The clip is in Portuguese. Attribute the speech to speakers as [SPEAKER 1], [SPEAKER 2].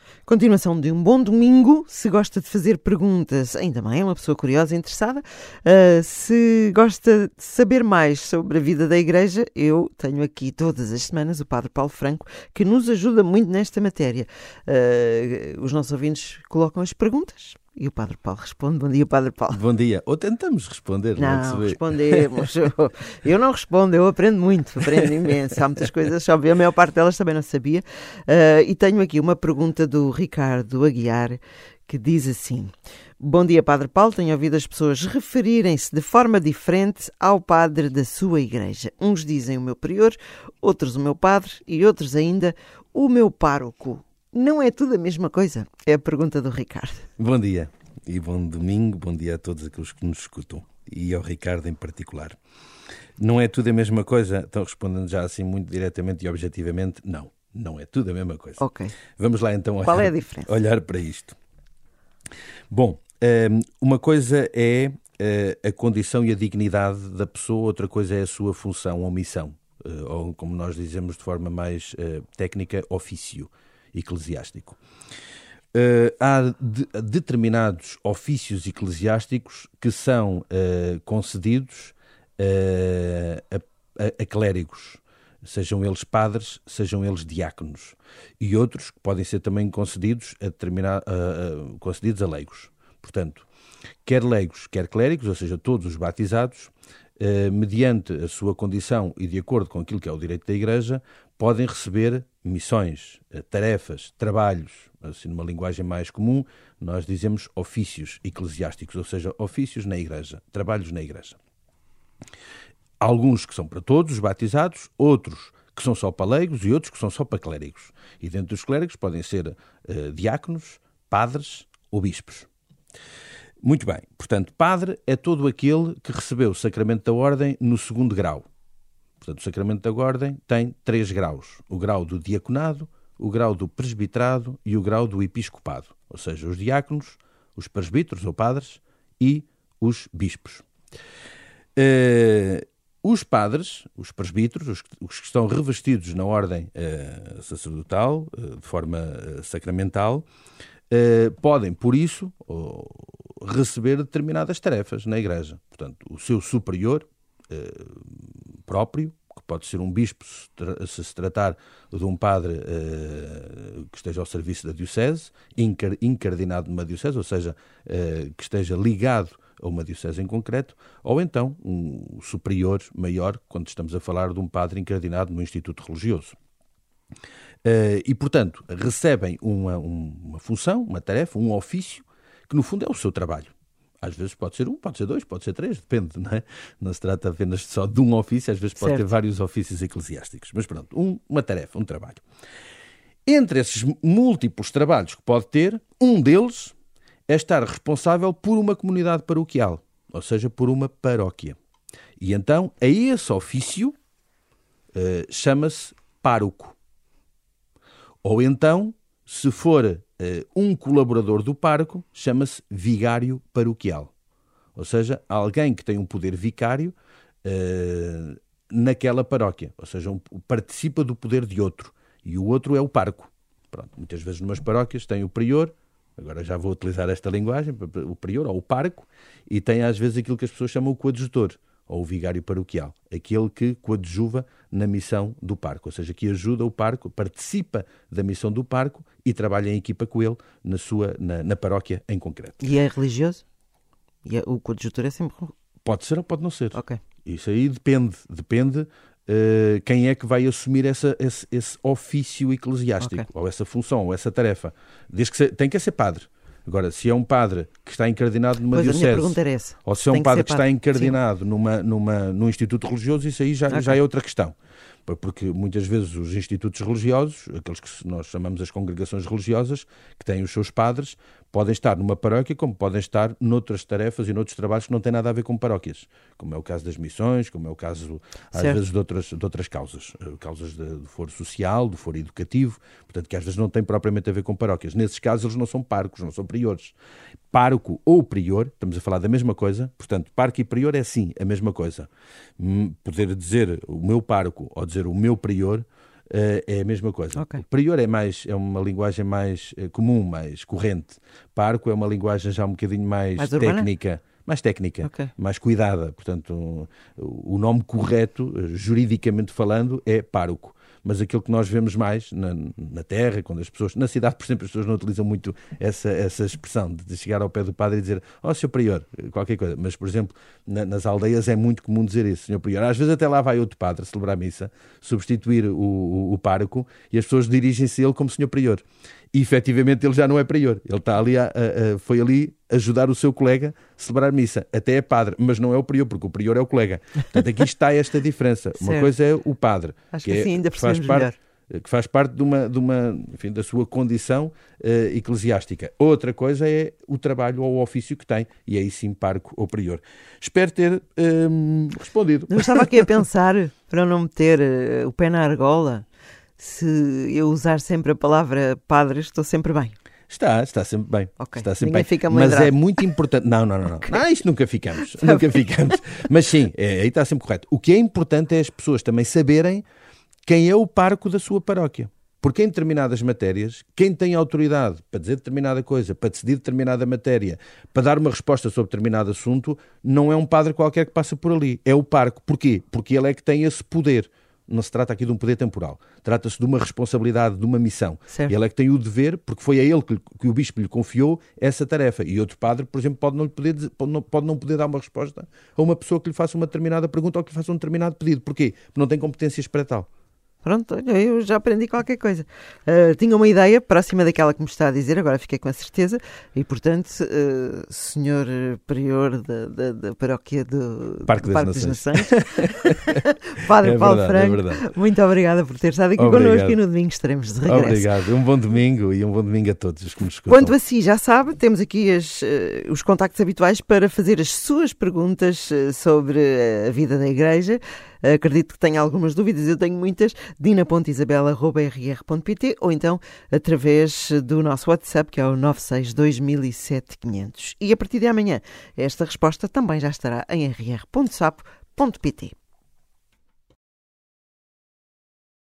[SPEAKER 1] Continuação de um bom domingo. Se gosta de fazer perguntas, ainda bem, é uma pessoa curiosa e interessada. Se gosta de saber mais sobre a vida da Igreja, eu tenho aqui todas as semanas o Padre Paulo Franco, que nos ajuda muito nesta matéria. Os nossos ouvintes colocam as perguntas e o Padre Paulo responde. Bom dia, Padre Paulo.
[SPEAKER 2] Bom dia. Ou tentamos responder.
[SPEAKER 1] Não, respondemos. Eu não respondo, eu aprendo muito, aprendo imenso. Há muitas coisas, só a maior parte delas também não sabia. E tenho aqui uma pergunta do Ricardo Aguiar, que diz assim: bom dia, Padre Paulo. Tenho ouvido as pessoas referirem-se de forma diferente ao padre da sua igreja. Uns dizem o meu prior, outros o meu padre e outros ainda o meu pároco. Não é tudo a mesma coisa? É a pergunta do Ricardo.
[SPEAKER 2] Bom dia e bom domingo, bom dia a todos aqueles que nos escutam e ao Ricardo em particular. Não é tudo a mesma coisa? Então, respondendo já assim muito diretamente e objetivamente, não é tudo a mesma coisa.
[SPEAKER 1] Ok.
[SPEAKER 2] Vamos lá então
[SPEAKER 1] Qual é a diferença?
[SPEAKER 2] Olhar para isto. Bom, uma coisa é a condição e a dignidade da pessoa, outra coisa é a sua função ou missão, ou como nós dizemos de forma mais técnica, ofício eclesiástico. Há determinados ofícios eclesiásticos que são concedidos a clérigos, sejam eles padres, sejam eles diáconos, e outros que podem ser também concedidos concedidos a leigos. Portanto, quer leigos, quer clérigos, ou seja, todos os batizados, mediante a sua condição e de acordo com aquilo que é o direito da Igreja, podem receber missões, tarefas, trabalhos, assim numa linguagem mais comum, nós dizemos ofícios eclesiásticos, ou seja, ofícios na Igreja, trabalhos na Igreja. Alguns que são para todos os batizados, outros que são só para leigos e outros que são só para clérigos. E dentro dos clérigos podem ser diáconos, padres ou bispos. Muito bem, portanto, padre é todo aquele que recebeu o sacramento da ordem no 2º grau. Portanto, o sacramento da ordem tem 3 graus. O grau do diaconado, o grau do presbiterado e o grau do episcopado. Ou seja, os diáconos, os presbíteros ou padres e os bispos. Os padres, os presbíteros, os que estão revestidos na ordem sacerdotal, de forma sacramental, podem, por isso, receber determinadas tarefas na Igreja. Portanto, o seu superior próprio, que pode ser um bispo, se tratar de um padre que esteja ao serviço da diocese, incardinado numa diocese, ou seja, que esteja ligado a uma diocese em concreto, ou então um superior maior, quando estamos a falar de um padre incardinado no instituto religioso. E, portanto, recebem uma função, uma tarefa, um ofício, que no fundo é o seu trabalho. Às vezes pode ser 1, pode ser 2, pode ser 3, depende, não é? Não se trata apenas só de um ofício, às vezes pode ter vários ofícios eclesiásticos. Mas pronto, uma tarefa, um trabalho. Entre esses múltiplos trabalhos que pode ter, um deles é estar responsável por uma comunidade paroquial, ou seja, por uma paróquia. E então, a esse ofício chama-se pároco. Ou então, se for um colaborador do pároco, chama-se vigário paroquial. Ou seja, alguém que tem um poder vicário naquela paróquia. Ou seja, participa do poder de outro. E o outro é o pároco. Pronto, muitas vezes numas paróquias tem o prior, agora já vou utilizar esta linguagem, o prior ou o pároco, e tem às vezes aquilo que as pessoas chamam o coadjutor, ou o vigário paroquial, aquele que coadjuva na missão do pároco, ou seja, que ajuda o pároco, participa da missão do pároco e trabalha em equipa com ele na paróquia em concreto.
[SPEAKER 1] E é religioso? O coadjutor é sempre...
[SPEAKER 2] Pode ser ou pode não ser.
[SPEAKER 1] Ok.
[SPEAKER 2] Isso aí depende quem é que vai assumir esse ofício eclesiástico, ou essa função, ou essa tarefa. Desde que tem que ser padre. Agora, se é um padre que está incardinado numa diocese,
[SPEAKER 1] a minha pergunta era essa.
[SPEAKER 2] Ou se é um padre que está incardinado num instituto religioso, isso aí já é outra questão. Porque muitas vezes os institutos religiosos, aqueles que nós chamamos as congregações religiosas, que têm os seus padres, podem estar numa paróquia como podem estar noutras tarefas e noutros trabalhos que não têm nada a ver com paróquias, como é o caso das missões, como é o caso, às vezes, de outras causas do foro social, do foro educativo, portanto, que às vezes não têm propriamente a ver com paróquias. Nesses casos, eles não são párocos, não são priores. Pároco ou prior, estamos a falar da mesma coisa, portanto, pároco e prior é sim a mesma coisa. Poder dizer o meu pároco ou dizer o meu prior é a mesma coisa.
[SPEAKER 1] Ok.
[SPEAKER 2] Prior é uma linguagem mais comum, mais corrente. Pároco é uma linguagem já um bocadinho mais técnica. Mais técnica,
[SPEAKER 1] okay.
[SPEAKER 2] Mais cuidada. Portanto, o nome correto, juridicamente falando, é pároco. Mas aquilo que nós vemos mais na terra, quando as pessoas... Na cidade, por exemplo, as pessoas não utilizam muito essa expressão de chegar ao pé do padre e dizer Sr. Prior, qualquer coisa. Mas, por exemplo, nas aldeias é muito comum dizer isso, Sr. Prior. Às vezes até lá vai outro padre celebrar a missa, substituir o pároco, e as pessoas dirigem-se a ele como Sr. Prior. E, efetivamente, ele já não é prior. Ele está ali foi ali ajudar o seu colega a celebrar missa. Até é padre, mas não é o prior, porque o prior é o colega. Portanto, aqui está esta diferença.
[SPEAKER 1] Certo.
[SPEAKER 2] Uma coisa é o padre,
[SPEAKER 1] acho que assim ainda percebemos
[SPEAKER 2] melhor. Que faz parte enfim, da sua condição eclesiástica. Outra coisa é o trabalho ou o ofício que tem, e aí sim pároco ou prior. Espero ter respondido.
[SPEAKER 1] Eu estava aqui a pensar, para não meter o pé na argola, se eu usar sempre a palavra padre, estou sempre bem.
[SPEAKER 2] Está sempre bem.
[SPEAKER 1] Okay.
[SPEAKER 2] Está sempre
[SPEAKER 1] Ninguém
[SPEAKER 2] bem.
[SPEAKER 1] fica
[SPEAKER 2] Mas
[SPEAKER 1] medrado.
[SPEAKER 2] é muito importante. Não. Okay. Isto nunca ficamos. Nunca ficamos. Mas sim, aí está sempre correto. O que é importante é as pessoas também saberem quem é o pároco da sua paróquia. Porque em determinadas matérias, quem tem autoridade para dizer determinada coisa, para decidir determinada matéria, para dar uma resposta sobre determinado assunto, não é um padre qualquer que passa por ali. É o pároco. Porquê? Porque ele é que tem esse poder. Não se trata aqui de um poder temporal. Trata-se de uma responsabilidade, de uma missão.
[SPEAKER 1] Certo.
[SPEAKER 2] Ele é que tem o dever, porque foi a ele que o bispo lhe confiou essa tarefa. E outro padre, por exemplo, pode não poder dar uma resposta a uma pessoa que lhe faça uma determinada pergunta ou que lhe faça um determinado pedido. Porquê? Porque não tem competências para tal.
[SPEAKER 1] Pronto, olha, eu já aprendi qualquer coisa. Tinha uma ideia próxima daquela que me está a dizer, agora fiquei com a certeza, e portanto, senhor prior da paróquia do Parque das Nações, Padre Paulo Franco, muito obrigada por ter estado aqui connosco, e no domingo estaremos de regresso.
[SPEAKER 2] Obrigado, um bom domingo e um bom domingo a todos os que nos escutam.
[SPEAKER 1] Quanto a si, já sabe, temos aqui os contactos habituais para fazer as suas perguntas sobre a vida da Igreja. Acredito que tenha algumas dúvidas, eu tenho muitas, dina.isabela@rr.pt ou então através do nosso WhatsApp, que é o 962.007.500. E a partir de amanhã, esta resposta também já estará em rr.sapo.pt.